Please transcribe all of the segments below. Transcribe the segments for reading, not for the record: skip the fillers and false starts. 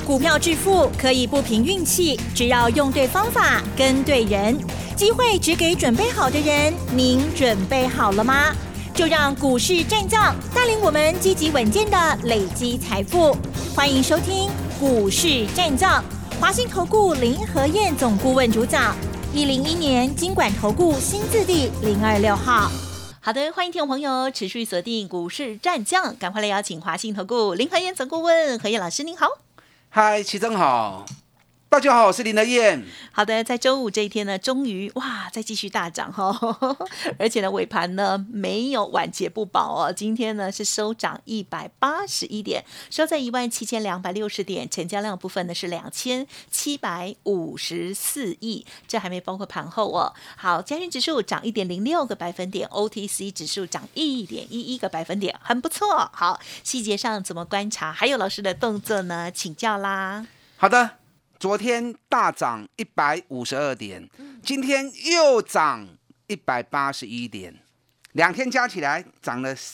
股票致富可以不凭运气，只要用对方法、跟对人。机会只给准备好的人，您准备好了吗？就让股市战将带领我们积极稳健的累积财富。欢迎收听股市战将，华信投顾林和彥总顾问主讲，101年金管投顾新字第026号。好的，欢迎听众朋友持续锁定股市战将，赶快来邀请华信投顾林和彥总顾问和彥老师，您好。 嗨，齐正好，大家好，我是林和彥。 好的，在周五这一天呢，终于再继续大涨而且呢尾盘呢没有晚节不保哦，今天呢是收涨181点，收在17260点，成交量部分呢是2754亿，这还没包括盘后哦。好，加权指数涨1.06个百分点 ，OTC 指数涨1.11个百分点，很不错。好，细节上怎么观察？还有老师的动作呢？请教啦。 好的。昨天大涨152点，今天又涨181点，2天加起来涨了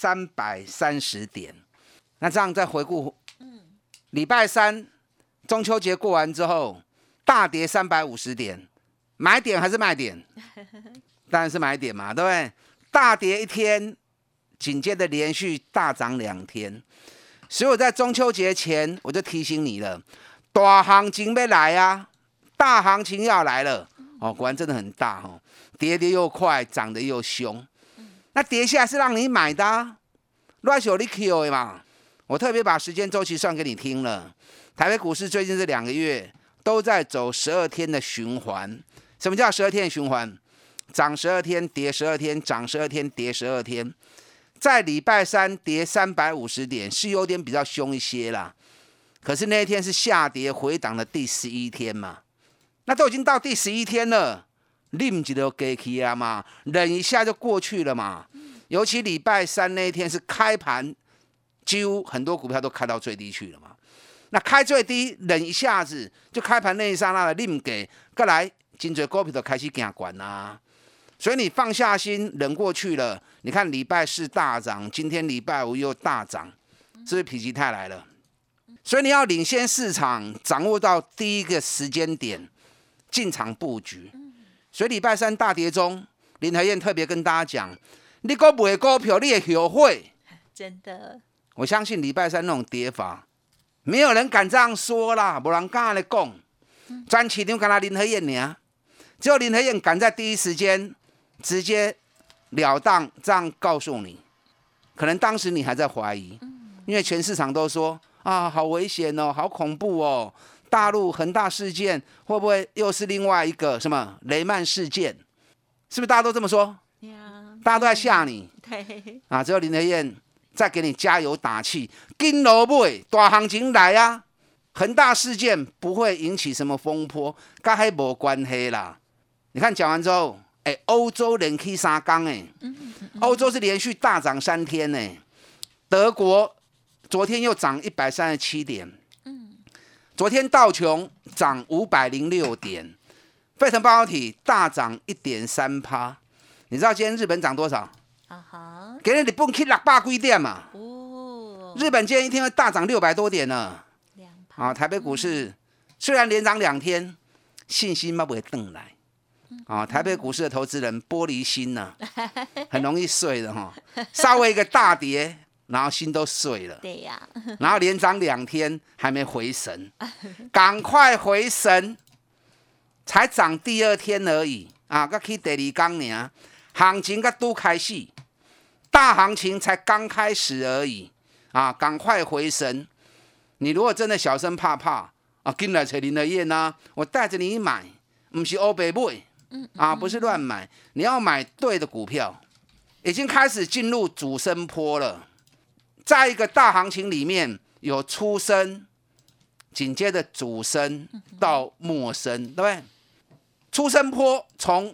330点。那这样再回顾，礼拜三中秋节过完之后，大跌350点，买点还是卖点？当然是买点嘛，对不对？大跌一天，紧接着连续大涨2天，所以我在中秋节前我就提醒你了。大行情要来啊，大行情要来了哦，果然真的很大哦，跌得又快，涨得又凶。那跌下是让你买的啊，乱手你 Q 的嘛。我特别把时间周期算给你听了。台北股市最近这2个月都在走12天的循环。什么叫12天的循环？涨12天，跌12天，涨12天，跌12天。在礼拜三跌350点，是有点比较凶一些啦。可是那一天是下跌回档的第11天嘛，那都已经到第11天了，忍一就过去啊嘛，忍一下就过去了嘛。尤其礼拜三那一天是开盘，几乎很多股票都开到最低去了嘛。那开最低，忍一下子就开盘那一刹那的忍给，再来真多股票都开始行管啦。所以你放下心，忍过去了。你看礼拜四大涨，今天礼拜五又大涨，是不是否极泰来了？所以你要领先市场，掌握到第一个时间点进场布局。所以礼拜三大跌中，林和彥特别跟大家讲，你还买股票你会后悔。 真的， 我相信礼拜三那种跌法，没有人敢这样说啦，没人敢这样讲。全市场只有林和彥而已，只有林和彥敢在第一时间直截了当这样告诉你。可能当时你还在怀疑，因为全市场都说啊，好危险哦，好恐怖哦！大陆恒大事件会不会又是另外一个什么雷曼事件？是不是大家都这么说？大家都在吓你。 对啊，只有林和彥再给你加油打气，紧落尾大行情来啊！恒大事件不会引起什么风波，跟还没关系啦。你看讲完之后，欧洲连续3天欧洲是连续大涨3天呢。德国昨天又涨137点，昨天道琼涨506点，费城半导体大涨1.3%。你知道今天日本涨多少？今天日本去600几点嘛？日本今天一天会大涨600多点呢。台北股市虽然连涨2天，信心嘛不会回来。台北股市的投资人玻璃心呢，很容易碎的哈。稍微一个大跌，然后心都碎了， 对呀， 然后连涨2天还没回神，赶快回神，才涨第2天而已啊，才去第2天而已，行情才刚开始，大行情才刚开始而已啊，赶快回神。你如果真的小生怕怕啊，进来找林和彥啊，我带着你买，不是黑白买不是乱买，你要买对的股票，已经开始进入主升波了。在一个大行情里面有初升，紧接着主升到末升，对不对？初升波从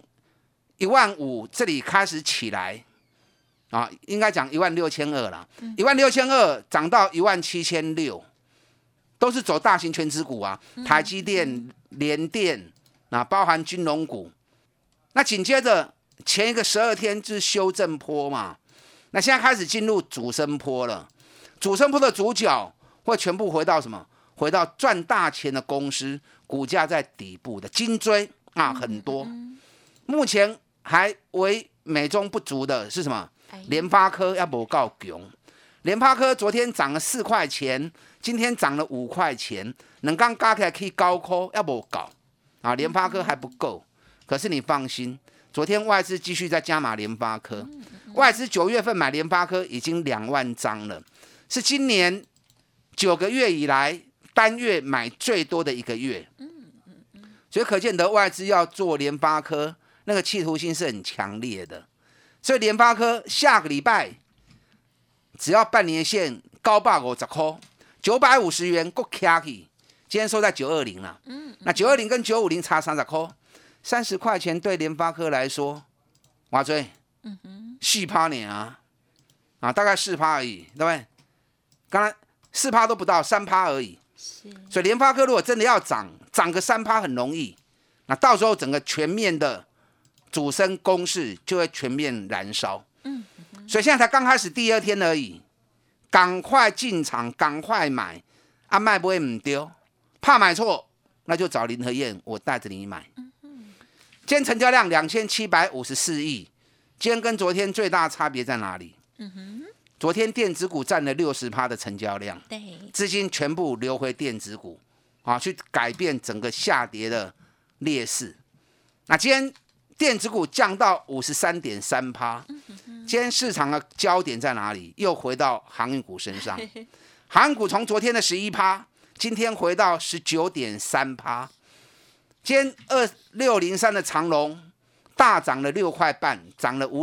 15000这里开始起来应该讲16200啦，16200涨到17600，都是走大型全指股啊，台积电、联电包含金融股。那紧接着前一个12天就是修正波嘛，那现在开始进入主升波了。主升波的主角会全部回到什么？ 回到赚大钱的公司，股价在底部的金追很多。目前还为美中不足的是什么？联发科要不够强。联发科昨天涨了4块钱，今天涨了5块钱，能刚加起来可以高科要不够联发科还不够。可是你放心，昨天外资继续在加码联发科，外资9月份买联发科已经2万张了，是今年9个月以来单月买最多的一个月。所以可见得外资要做联发科，那个企图心是很强烈的。所以联发科下个礼拜只要半年线高850块，950元够卡起，今天收在920了。那920跟950差30块，30块钱对联发科来说，哇追，4%呢大概4%而已，对不对？刚才4%都不到，3%而已。所以联发科如果真的要涨个3%很容易，那到时候整个全面的主升攻势就会全面燃烧。所以现在才刚开始第2天而已，赶快进场，赶快买，卖不会唔丢，怕买错那就找林和燕，我带着你买。今天成交量2754亿，今天跟昨天最大差别在哪里？昨天电子股占了60%的成交量，资金全部流回电子股去改变整个下跌的劣势。那今天电子股降到53.3%，今天市场的焦点在哪里？又回到航运股身上。航运股从昨天的11%，今天回到19.3%。今天2603的长荣大涨了6块半，涨了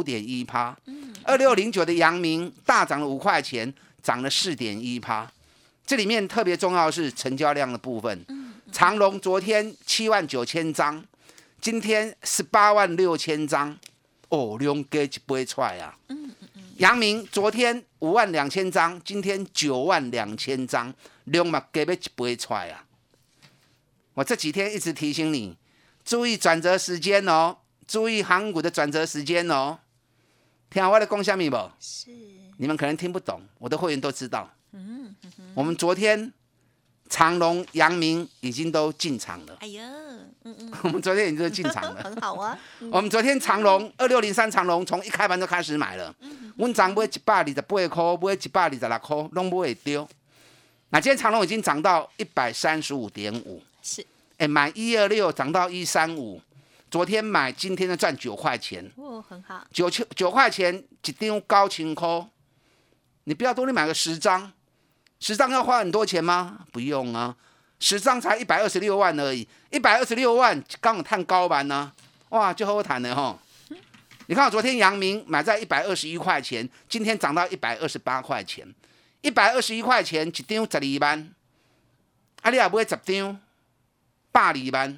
5.1%。2609的阳明大涨了5块钱，涨了4.1%。这里面特别重要的是成交量的部分。长荣昨天79000张。今天186000张，量加一倍出来啊！阳明昨天52000张，今天92000张，量嘛加要一倍出来啊！我这几天一直提醒你，注意转折时间哦，注意航运股的转折时间哦。听我的讲什么不？是你们可能听不懂，我的会员都知道。我们昨天长荣、阳明已经都进场了。我们昨天已经进场了， 很好啊。 我们昨天长荣2603长荣从一开盘就开始买了，我们涨买128块，买126块，拢买会丢。那今天长荣已经涨到135.5，是，买126涨到135，昨天买，今天就赚9块钱， 很好。 9块钱一张高清块，你不要多，你买个10张，10张要花很多钱吗？不用啊。10张才126万而已，126万刚好探高板呢，哇，就好谈了哈。你看我昨天阳明买在121块钱，今天涨到128块钱，121块钱一张12万，你也买10张，82万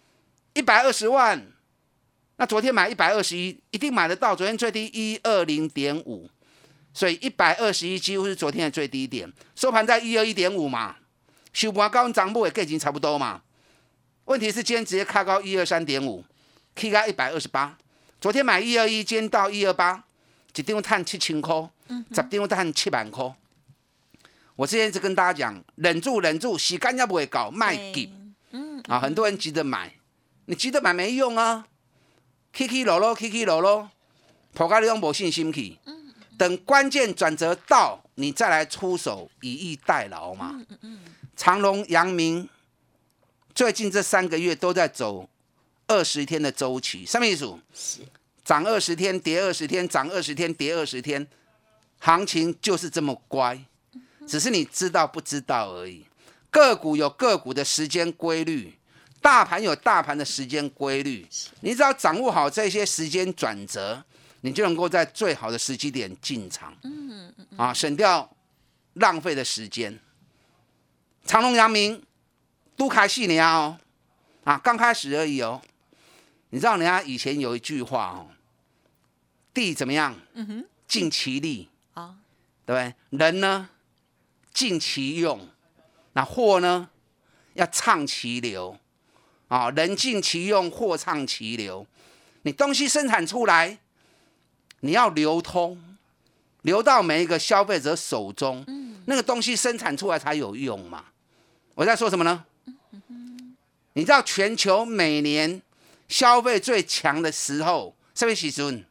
，120万，那昨天买121，一定买得到，昨天最低120.5，所以121几乎是昨天的最低点，收盘在121.5嘛。收盘跟涨买的价钱差不多嘛，问题是今天直接开高123.5，起到128。昨天买121，今天到128，一张赚7000块，10张赚7万块。我之前一直跟大家讲，忍住，时间也不会搞，卖急。很多人急着买，你急着买没用啊，起落落，跑到你都没信心去。等关键转折到，你再来出手，以逸待劳嘛。长荣、阳明最近这3个月都在走20天的周期，什么意思？涨20天，跌20天，涨20天，跌20天，行情就是这么乖，只是你知道不知道而已。个股有个股的时间规律，大盘有大盘的时间规律，你只要掌握好这些时间转折，你就能够在最好的时机点进场，省掉浪费的时间。长荣、阳明都开始了刚开始而已哦。你知道人家以前有一句话地怎么样？尽其力对不对？人呢，尽其用，那货呢，要畅其流人尽其用，货畅其流。你东西生产出来，你要流通，流到每一个消费者手中，那个东西生产出来才有用嘛。 我在说什么呢？你知道全球每年消费最强的时候什么时阵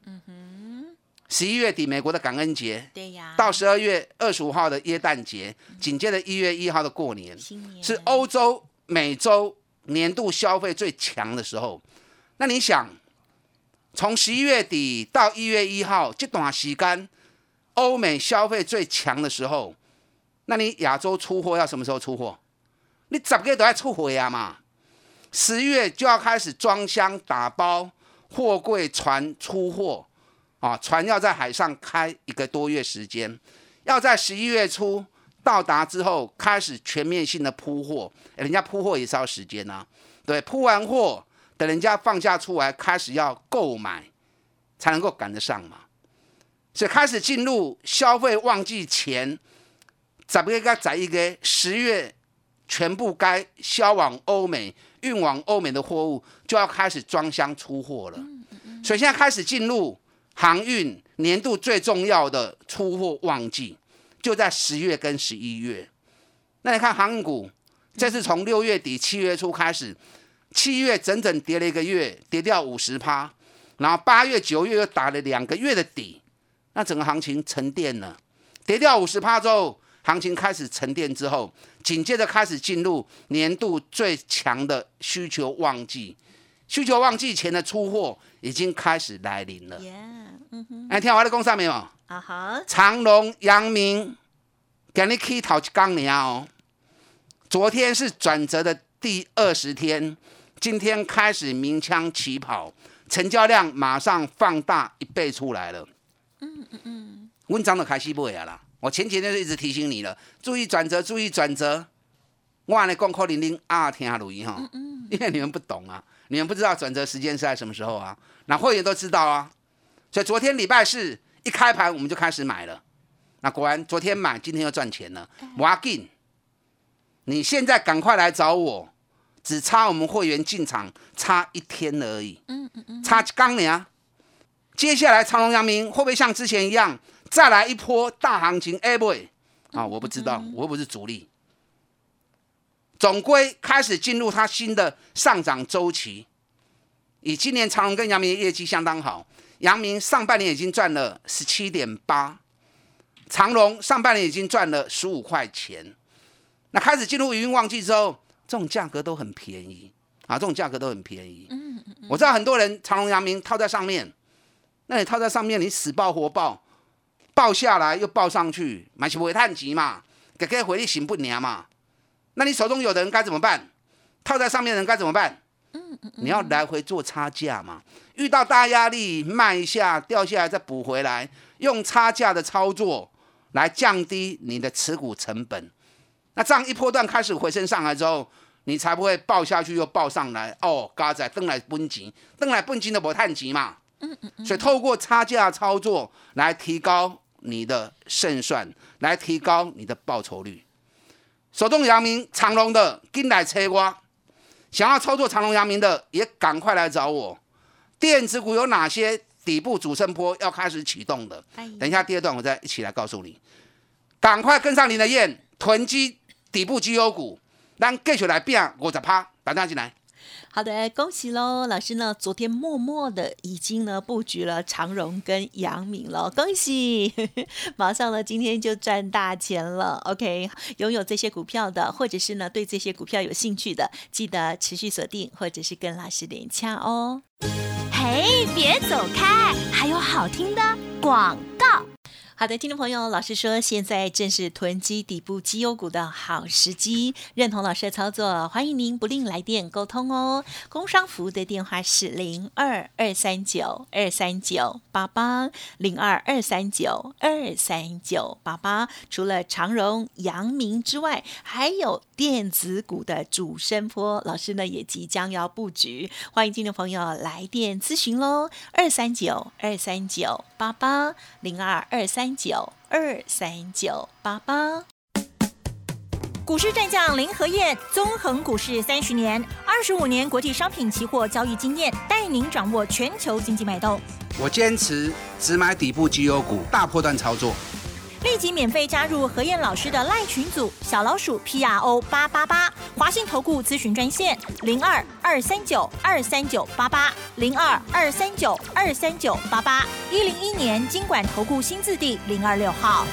？11月底美国的感恩节， 对呀， 到12月25号的耶诞节，紧接着1月1号的过年，是欧洲、美洲年度消费最强的时候。那你想，从11月底到1月1号这段时间，欧美消费最强的时候，那你亚洲出货要什么时候出货？你10个都要出货啊嘛！10月就要开始装箱打包，货柜船出货啊，船要在海上开1个多月时间，要在11月初到达之后开始全面性的铺货，人家铺货也是要时间啊，对，铺完货等人家放假出来开始要购买，才能够赶得上嘛。所以开始进入消费旺季前，10月到11月10月全部该销往欧美、运往欧美的货物就要开始装箱出货了。所以现在开始进入航运年度最重要的出货旺季，就在10月跟11月。那你看航运股，这次从6月底7月初开始，7月整整跌了1个月，跌掉50%，然后8月9月又打了2个月的底，那整个行情沉淀了，跌掉50%之后，行情开始沉淀之后，紧接着开始进入年度最强的需求旺季。需求旺季前的出货已经开始来临了。听我的讲啥没有？长荣、阳明，今天起头一天哦。昨天是转折的第20天，今天开始鸣枪起跑，成交量马上放大1倍出来了。我早就开始买了啦。我前几天就一直提醒你了，注意转折，注意转折。我跟你讲，可能你听录音哈，因为你们不懂啊，你们不知道转折时间是在什么时候啊。那会员都知道啊，所以昨天礼拜四一开盘我们就开始买了。那果然昨天买，今天又赚钱了。不要紧，你现在赶快来找我，只差我们会员进场差1天而已，差1天而已。接下来长荣、阳明会不会像之前一样再来一波大行情？不会啊，我不知道，我又不是主力。总归开始进入它新的上涨周期。以今年长荣跟阳明的业绩相当好，阳明上半年已经赚了 17.8， 长荣上半年已经赚了15块钱。那开始进入营运旺季之后，这种价格都很便宜啊，这种价格都很便宜。我知道很多人长荣、阳明套在上面，那你套在上面，你死抱活抱，抱下来又抱上去，嘛是不会赚钱嘛，给个回力行不娘嘛。那你手中有的人该怎么办？套在上面的人该怎么办？你要来回做差价嘛。遇到大压力卖一下，掉下来再补回来，用差价的操作来降低你的持股成本。那这样一波段开始回升上来之后，你才不会抱下去又抱上来哦，嘎仔登来本钱，登来本钱都没赚钱嘛。所以透过差价操作来提高你的胜算，来提高你的报酬率。手中阳明、长荣的，紧来找我。想要操作长荣、阳明的，也赶快来找我。电子股有哪些底部主升波要开始启动的？等一下第2段我再一起来告诉你。赶快跟上林德燕，囤积底部绩优股，咱继续来拼50%，打电话进来。 好的，恭喜喽！老师呢，昨天默默的已经呢布局了长荣跟阳明了，恭喜！马上呢今天就赚大钱了。OK， 拥有这些股票的，或者是呢对这些股票有兴趣的，记得持续锁定，或者是跟老师联洽哦。嘿，别走开，还有好听的广告。好的，听众朋友，老师说现在正是囤积底部绩优股的好时机，认同老师的操作，欢迎您不吝来电沟通哦。工商服务的电话是02-239-23988 02-239-23988。除了长荣、阳明之外，还有电子股的主升波，老师呢也即将要布局，欢迎听众朋友来电咨询喽。239-23988 02-239-23988。股市战将林和彥，纵横股市30年，25年国际商品期货交易经验，带您掌握全球经济脉动。 我坚持只买底部绩优股，大波段操作。 立即免费加入何燕老师的LINE群组小老鼠 PRO888，华信投顾咨询专线02-239-23988，02-239-23988，101年金管投顾新字第026号。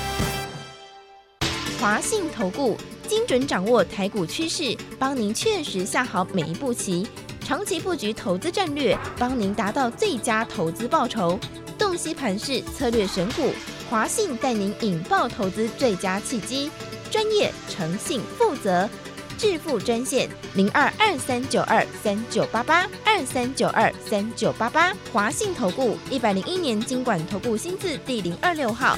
华信投顾精准掌握台股趋势，帮您确实下好每一步棋，长期布局投资战略，帮您达到最佳投资报酬。洞悉盘势，策略选股，华信带您引爆投资最佳契机，专业、诚信、负责，致富专线02-2392-3988，2392-3988，华信投顾101年金管投顾新字第026号。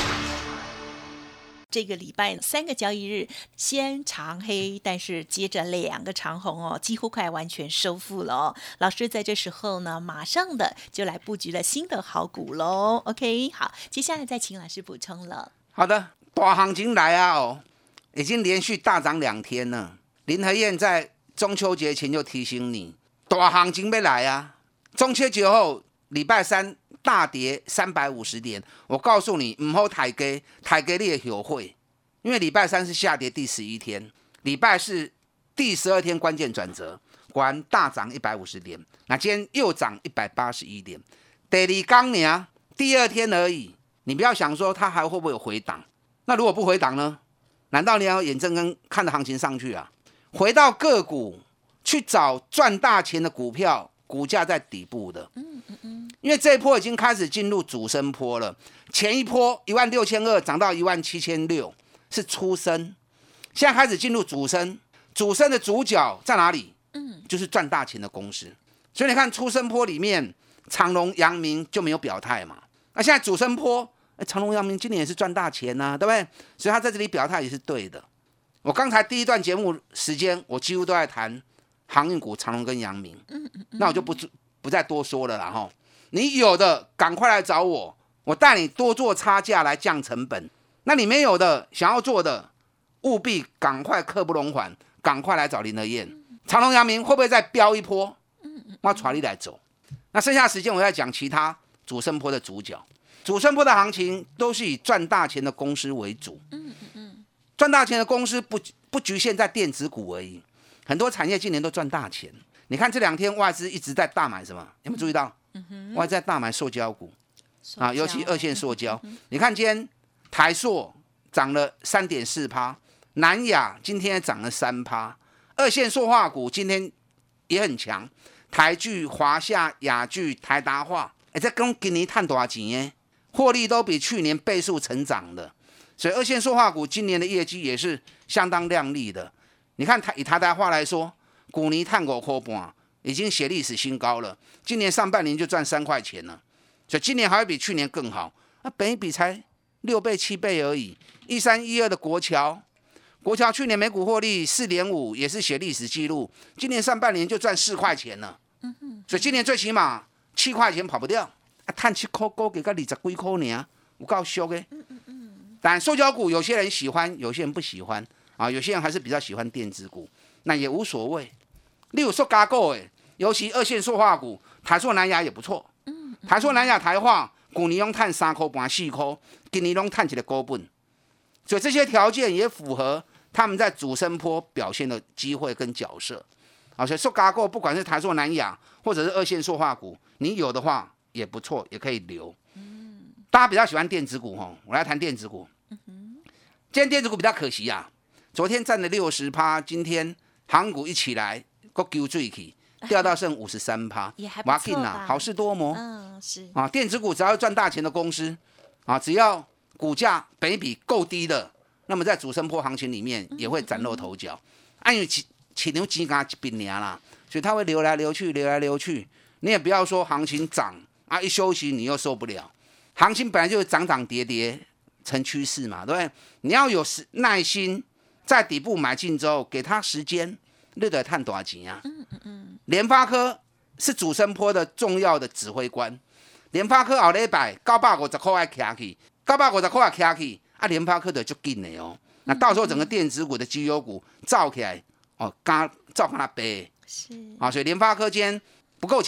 这个礼拜3个交易日先长黑，但是接着2个长红哦，几乎快完全收复了哦。老师在这时候呢，马上的就来布局了新的好股喽。OK， 好，接下来再请老师补充了。 好的，大行情来啊哦，已经连续大涨2天了。林和燕在中秋节前就提醒你，大行情要来啊。中秋节后礼拜3大跌350点，我告诉你，不好抬价，抬价你会后悔，因为礼拜3是下跌第11天，礼拜4第12天关键转折，果然大涨150点，那今天又涨181点，第2天呢，第2天而已，你不要想说它还会不会有回档，那如果不回档呢？难道你要眼睁睁看着行情上去啊？回到个股去找赚大钱的股票，股价在底部的。因为这一波已经开始进入主升波了，前一波16200涨到17600是初升，现在开始进入主升，主升的主角在哪里？就是赚大钱的公司。所以你看初升波里面，长荣、阳明就没有表态嘛。那现在主升波，长荣、阳明今年也是赚大钱啊，对不对？所以他在这里表态也是对的。我刚才第一段节目时间，我几乎都在谈航运股长荣跟阳明，那我就不再多说了啦哈。你有的赶快来找我，我带你多做差价来降成本。那你没有的，想要做的，务必赶快刻不容缓，赶快来找林和燕。长荣、阳明会不会再飙一波？我带你来走。那剩下的时间我要讲其他主升波的主角。主升波的行情都是以赚大钱的公司为主。赚大钱的公司不局限在电子股而已，很多产业今年都赚大钱。你看这2天外资一直在大买什么？有没有注意到？外资在大买塑胶股啊，尤其二线塑胶。你看今天台塑涨了3.4%，南亚今天涨了3%，二线塑化股今天也很强，台聚、华夏、亚聚、台达化，这跟今年赚多少钱呢？获利都比去年倍数成长的，所以二线塑化股今年的业绩也是相当亮丽的。你看以台达化来说，去年赚5块半，已经写历史新高了。今年上半年就赚3块钱了，所以今年还会比去年更好。那本益比才6倍7倍而已。1312的国桥去年每股获利4.5，也是写历史记录。今年上半年就赚4块钱了，所以今年最起码7块钱跑不掉。赚7块股给个20几块而已，有够俗的。但塑胶股有些人喜欢，有些人不喜欢啊，有些人还是比较喜欢电子股，那也无所谓。例如塑胶股的，尤其二线塑化股，台塑、南亚也不错。台塑、南亚、台化，去年拢赚3块半4块，今年拢赚1个股本，所以这些条件也符合他们在主升波表现的机会跟角色。啊，所以塑胶股不管是台塑、南亚或者是二线塑化股，你有的话也不错，也可以留。大家比较喜欢电子股吼，我来谈电子股。今天电子股比较可惜啊，昨天占了60%，今天航股一起来，又丢水去，掉到剩53%， 也还不错吧？ 好事多磨。 是啊，电子股只要赚大钱的公司啊，只要股价本益比够低的，那么在主升波行情里面也会崭露头角。因为起牛钱干一边年啦，所以它会流来流去，流来流去。你也不要说行情涨啊，一休息你又受不了。行情本来就是涨涨跌跌成趋势嘛，对不对？你要有耐心，在底部买进之后，给它时间，你得赚多少钱啊？联发科是主升波的重要的指挥官。联发科后礼拜950块要徛去，950块要徛去，联发科就足紧的哦。那到时候整个电子股的绩优股造起来，照看它背。 是所以联发科今天不够强，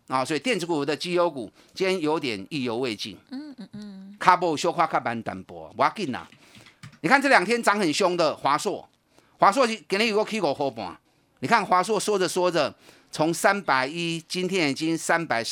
啊，所以电子股的绩优股今天有点意犹未尽。卡布小夸卡板淡薄，不要紧啦。你看这2天涨很凶的华硕今天有个 K 5块半，你看华硕说着说着，从310，今天已经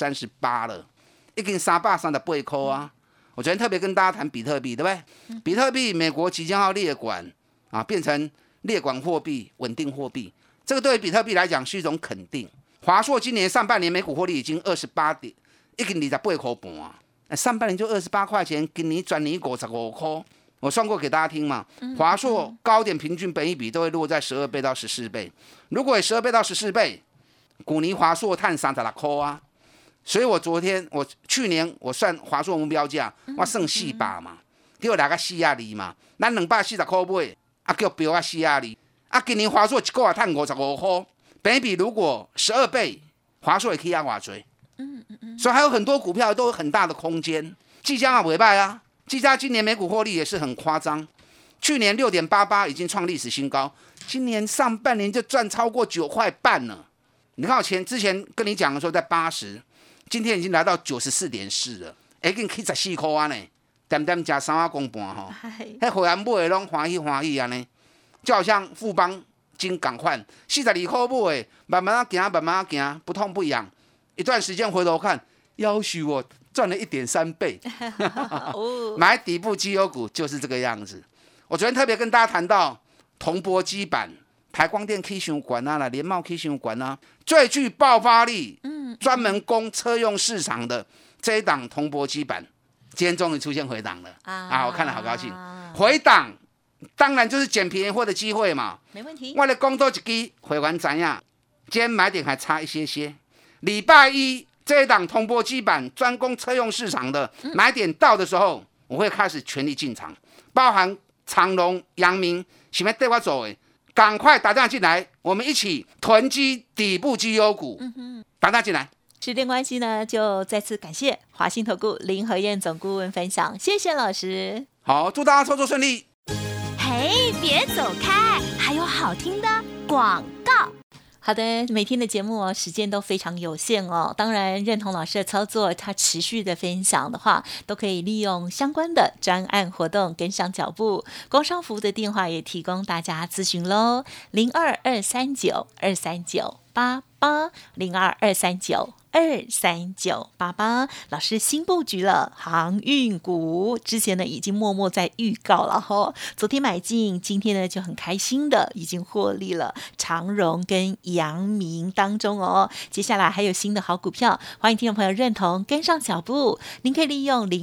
338了，已经338块啊。我昨天特别跟大家谈比特币，对不对？比特币美国即将要列管啊，变成列管货币、稳定货币，这个对于比特币来讲是一种肯定。华硕今年上半年每股获利已经28点，已经28块半啊。上半年就28块钱，今年转年55块，我算过给大家听嘛。华硕高点平均本益比都会落在12倍到14倍，如果有12倍到14倍，去年华硕赚36块啊。所以我去年我算华硕目标价，我算400嘛，叫大概42嘛，咱240块买，啊叫标啊42，啊今年华硕一个月赚55块，本益比如果12倍，华硕也可以压多少？所以还有很多股票都有很大的空间。技嘉也不错啊，技嘉今年每股获利也是很夸张，去年6.88已经创历史新高，今年上半年就赚超过9块半了。你看我之前跟你讲的时候在80。今天已经来到94.4了，已经去14块啊呢，点点加3公半吼，迄会员买的拢欢喜安尼，就好像富邦金赶快42块买的，慢慢行，不痛不痒，一段时间回头看，要许我赚了1.3倍，买底部绩优股就是这个样子。我昨天特别跟大家谈到铜箔基板。台光电 K 线管啊，联茂 K 线管啊，最具爆发力，专门供车用市场的这一档铜箔基板，今天终于出现回档了啊！我看了好高兴。回档当然就是捡便宜货的机会嘛， 没问题。 我来讲多一支，会员知影，今天买点还差一些。礼拜一这一档铜箔基板专供车用市场的买点到的时候，我会开始全力进场，包含长荣、阳明，想要对我做的。赶快打电话进来，我们一起囤积底部绩优股。打电话进来。 时间关系呢，就再次感谢华信投顾林和彥总顾问分享，谢谢老师。 好，祝大家操作顺利。 嘿，别走开，还有好听的广告。好的，每天的节目哦，时间都非常有限哦。当然，认同老师的操作，他持续的分享的话，都可以利用相关的专案活动跟上脚步。工商服务的电话也提供大家咨询喽，02-239-23988，02-239-23988。老师新布局了航运股，之前呢已经默默在预告了吼。昨天买进，今天呢就很开心的已经获利了长荣跟阳明当中哦。接下来还有新的好股票，欢迎听众朋友认同跟上脚步。您可以利用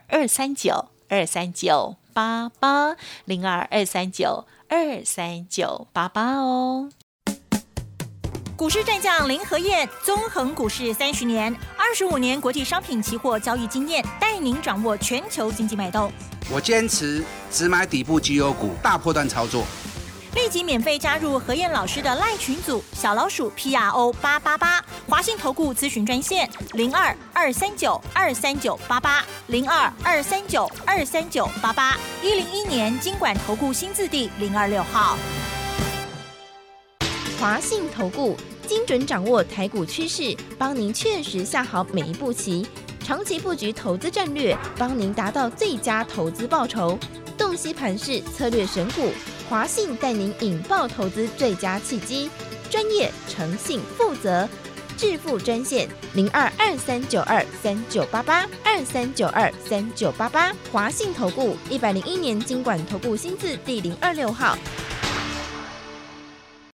02-239-23988，02-239-23988哦。股市战将林和彥，纵横股市30年，25年国际商品期货交易经验，带您掌握全球经济脉动。 我坚持只买底部绩优股，大波段操作。 立即免费加入和彥老师的赖群组，小老鼠 PRO888，华信投顾咨询专线02-239-23988，02-239-23988，101年金管投顾新字第026号。 华信投顾精准掌握台股趋势，帮您确实下好每一步棋，长期布局投资战略，帮您达到最佳投资报酬。洞悉盘势，策略选股，华信带您引爆投资最佳契机，专业、诚信、负责。致富专线02-2392-3988，2392-3988。华信投顾101年金管投顾新字第026号。